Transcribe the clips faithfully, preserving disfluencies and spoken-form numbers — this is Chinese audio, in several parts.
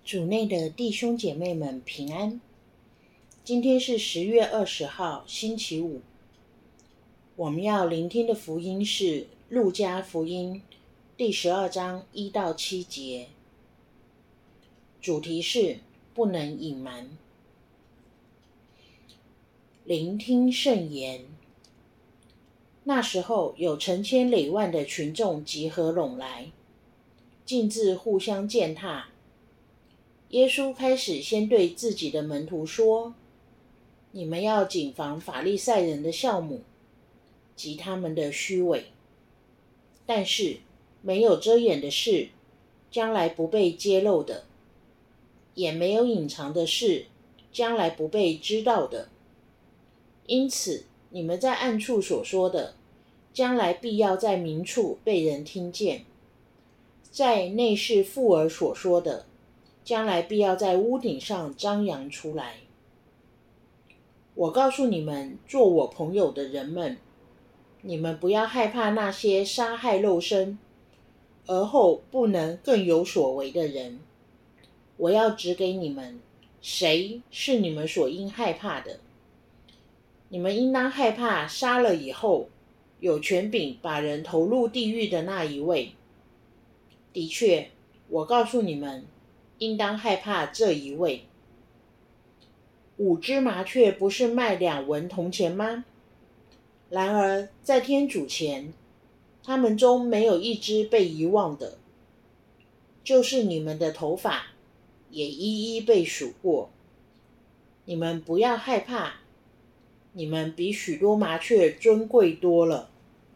主内的弟兄姐妹们平安。今天是十月二十号，星期五。我们要聆听的福音是路加福音第十二章一到七节，主题是不能隐瞒。聆听圣言。那时候有成千累万的群众集合拢来，径自互相践踏。耶稣开始先对自己的门徒说：你们要谨防法利赛人的酵母及他们的虚伪。但是没有遮掩的事，将来不被揭露的；也没有隐藏的事，将来不被知道的。因此你们在暗处所说的，将来必要在明处被人听见；在内室附耳所说的，将来必要在屋顶上张扬出来。我告诉你们，做我朋友的人们，你们不要害怕那些杀害肉身，而后不能更有所为的人。我要指给你们，谁是你们所应害怕的。你们应当害怕杀了以后，有权柄把人投入地狱的那一位。的确，我告诉你们，应当害怕这一位。五只麻雀不是卖两文铜钱吗？然而在天主前，它们中没有一只被遗忘的。就是你们的头发也一一被数过。你们不要害怕，你们比许多麻雀尊贵多了。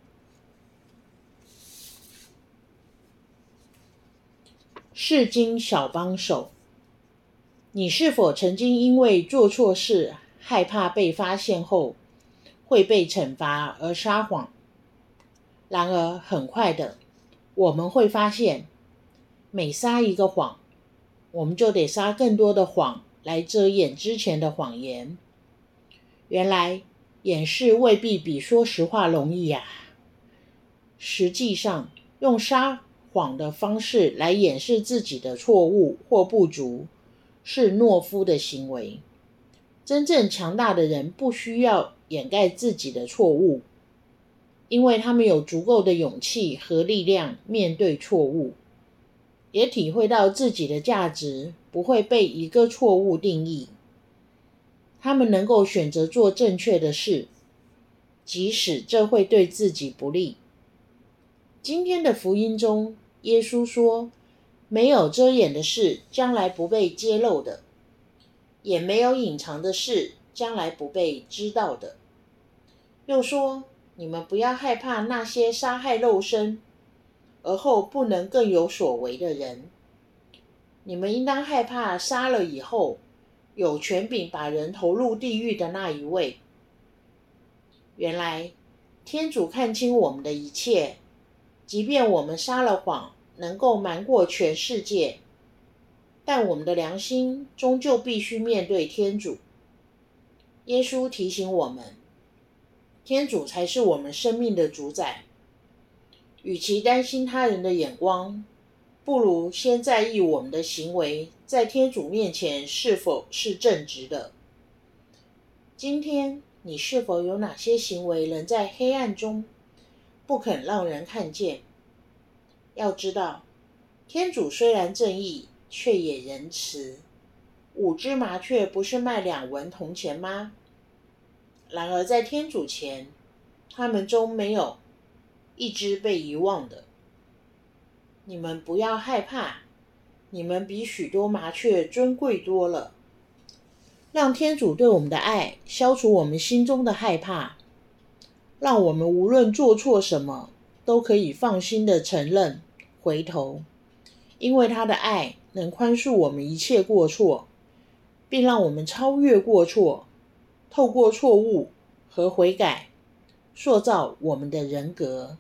释经小帮手。你是否曾经因为做错事，害怕被发现后会被惩罚而撒谎？然而很快的，我们会发现，每撒一个谎，我们就得撒更多的谎来遮掩之前的谎言。原来掩饰未必比说实话容易啊。实际上，用撒谎的方式来掩饰自己的错误或不足，是懦夫的行为。真正强大的人不需要掩盖自己的错误，因为他们有足够的勇气和力量面对错误，也体会到自己的价值不会被一个错误定义。他们能够选择做正确的事，即使这会对自己不利。今天的福音中，耶稣说，没有遮掩的事，将来不被揭露的；也没有隐藏的事，将来不被知道的。又说，你们不要害怕那些杀害肉身，而后不能更有所为的人。你们应当害怕杀了以后，有权柄把人投入地狱的那一位。原来，天主看清我们的一切，即便我们撒了谎，能够瞒过全世界，但我们的良心终究必须面对天主。耶稣提醒我们，天主才是我们生命的主宰。与其担心他人的眼光，不如先在意我们的行为在天主面前是否是正直的。今天你是否有哪些行为仍在黑暗中，不肯让人看见？要知道，天主虽然正义，却也仁慈。五只麻雀不是卖两文铜钱吗？然而在天主前，他们中没有一只被遗忘的。你们不要害怕，你们比许多麻雀尊贵多了。让天主对我们的爱消除我们心中的害怕，让我们无论做错什么，都可以放心的承认、回头，因为他的爱能宽恕我们一切过错，并让我们超越过错，透过错误和悔改，塑造我们的人格。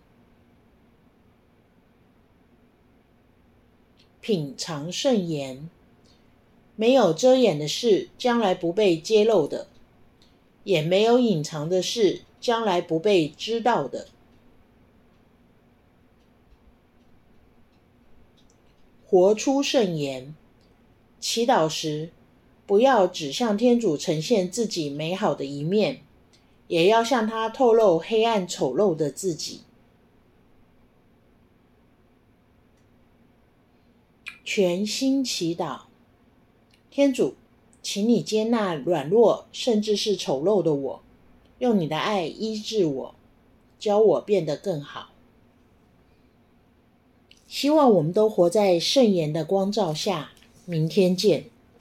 品尝圣言。没有遮掩的事，将来不被揭露的；也没有隐藏的事，将来不被知道的。活出圣言。 祈祷时，不要只向天主呈现自己美好的一面，也要向他透露黑暗丑陋的自己。全心祈祷。天主，请你接纳软弱甚至是丑陋的我，用你的爱医治我，教我变得更好。希望我们都活在圣言的光照下，明天见。